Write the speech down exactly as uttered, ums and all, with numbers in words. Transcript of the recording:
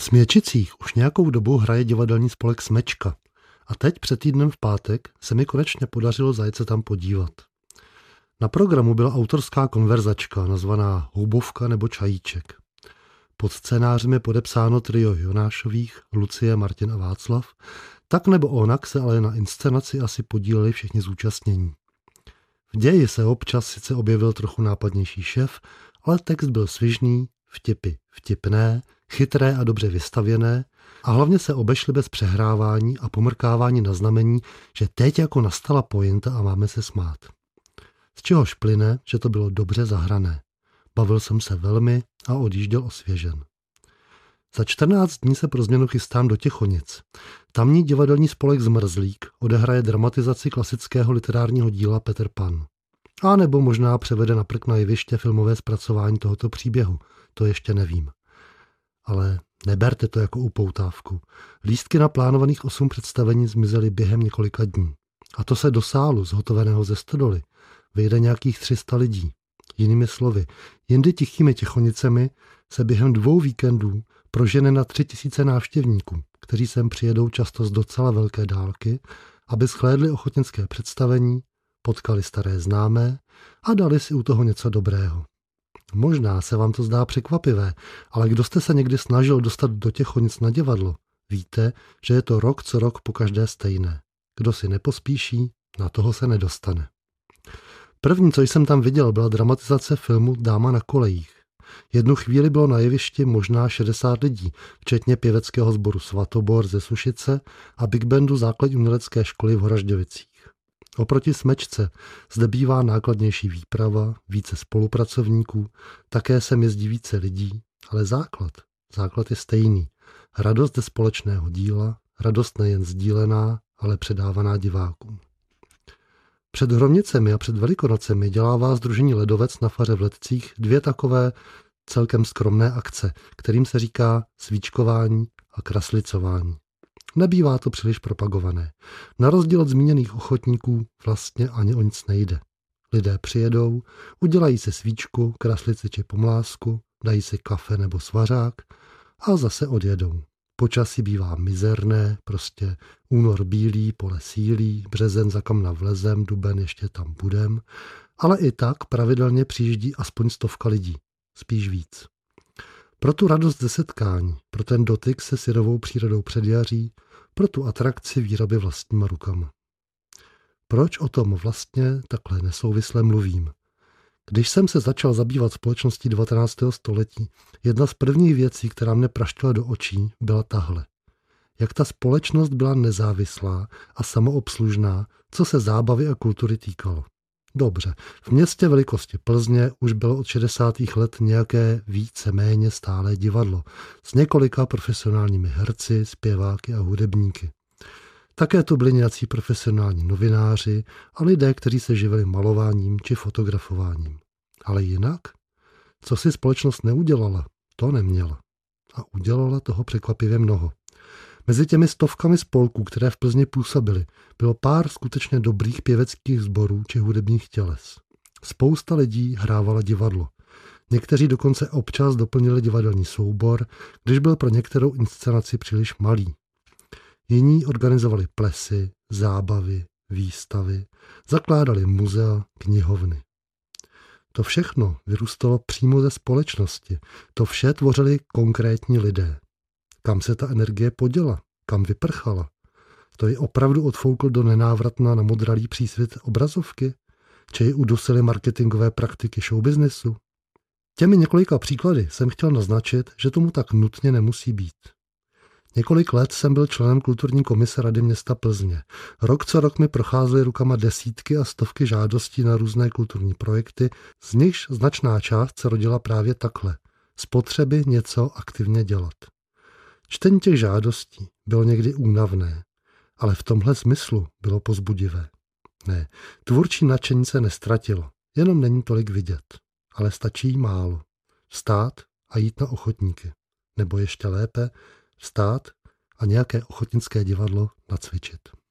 Směčicích už nějakou dobu hraje divadelní spolek Smečka a teď před týdnem v pátek se mi konečně podařilo zajet se tam podívat. Na programu byla autorská konverzačka nazvaná Houbovka nebo Čajíček. Pod scénářem je podepsáno trio Jonášových, Lucie, Martin a Václav, tak nebo onak se ale na inscenaci asi podíleli všichni zúčastnění. V ději se občas sice objevil trochu nápadnější šéf, ale text byl svižný, vtipy vtipné, chytré a dobře vystavěné a hlavně se obešly bez přehrávání a pomrkávání na znamení, že teď jako nastala pointa a máme se smát. Z čehož plyne, že to bylo dobře zahrané. Bavil jsem se velmi a odjížděl osvěžen. Za čtrnáct dní se pro změnu chystám do Těchonic. Tamní divadelní spolek Zmrzlík odehraje dramatizaci klasického literárního díla Petr Pan. A nebo možná převede na prk na jeviště filmové zpracování tohoto příběhu. To ještě nevím. Ale neberte to jako upoutávku. Lístky na plánovaných osm představení zmizely během několika dní. A to se do sálu, zhotoveného ze stodoly, vejde nějakých tři sta lidí. Jinými slovy, jindy tichými Těchonicemi se během dvou víkendů prožene na tři tisíce návštěvníků, kteří sem přijedou často z docela velké dálky, aby shlédli ochotnické představení, potkali staré známé a dali si u toho něco dobrého. Možná se vám to zdá překvapivé, ale kdo jste se někdy snažil dostat do Těchonic na divadlo, víte, že je to rok co rok po každé stejné. Kdo si nepospíší, na toho se nedostane. První, co jsem tam viděl, byla dramatizace filmu Dáma na kolejích. Jednu chvíli bylo na jevišti možná šedesát lidí, včetně pěveckého sboru Svatobor ze Sušice a big bandu základní umělecké školy v Horažďovicích. Oproti Smečce zde bývá nákladnější výprava, více spolupracovníků, také sem jezdí více lidí, ale základ, základ je stejný. Radost ze společného díla, radost nejen sdílená, ale předávaná divákům. Před Hromnicemi a před Velikonocemi dělává sdružení Ledovec na faře v Letcích dvě takové celkem skromné akce, kterým se říká svíčkování a kraslicování. Nebývá to příliš propagované. Na rozdíl od zmíněných ochotníků vlastně ani o nic nejde. Lidé přijedou, udělají si svíčku, kraslici či pomlásku, dají si kafe nebo svařák a zase odjedou. Počasí bývá mizerné, prostě únor bílý, pole sílí, březen za kamna vlezem, duben ještě tam budem, ale i tak pravidelně přijíždí aspoň stovka lidí, spíš víc. Pro tu radost ze setkání, pro ten dotyk se syrovou přírodou předjaří, pro tu atrakci výroby vlastníma rukama. Proč o tom vlastně takhle nesouvisle mluvím? Když jsem se začal zabývat společností devatenáctého století, jedna z prvních věcí, která mě praštila do očí, byla tahle. Jak ta společnost byla nezávislá a samoobslužná, co se zábavy a kultury týkalo. Dobře, v městě velikosti Plzně už bylo od šedesátých let nějaké více-méně stálé divadlo s několika profesionálními herci, zpěváky a hudebníky. Také tu byli nějací profesionální novináři a lidé, kteří se živili malováním či fotografováním. Ale jinak? Co si společnost neudělala, to neměla. A udělala toho překvapivě mnoho. Mezi těmi stovkami spolků, které v Plzni působily, bylo pár skutečně dobrých pěveckých sborů či hudebních těles. Spousta lidí hrávala divadlo. Někteří dokonce občas doplnili divadelní soubor, když byl pro některou inscenaci příliš malý. Jiní organizovali plesy, zábavy, výstavy, zakládali muzea, knihovny. To všechno vyrůstalo přímo ze společnosti. To vše tvořili konkrétní lidé. Kam se ta energie poděla? Kam vyprchala? To ji opravdu odfoukl do nenávratna namodralý přísvit obrazovky? Či ji udusily marketingové praktiky showbiznesu? Těmi několika příklady jsem chtěl naznačit, že tomu tak nutně nemusí být. Několik let jsem byl členem kulturní komise Rady města Plzně. Rok co rok mi procházely rukama desítky a stovky žádostí na různé kulturní projekty, z nichž značná část se rodila právě takhle. Z potřeby něco aktivně dělat. Čtení těch žádostí bylo někdy únavné, ale v tomhle smyslu bylo povzbudivé. Ne, tvůrčí nadšení se nestratilo, jenom není tolik vidět, ale stačí málo. Vstát a jít na ochotníky. Nebo ještě lépe, vstát a nějaké ochotnické divadlo nacvičit.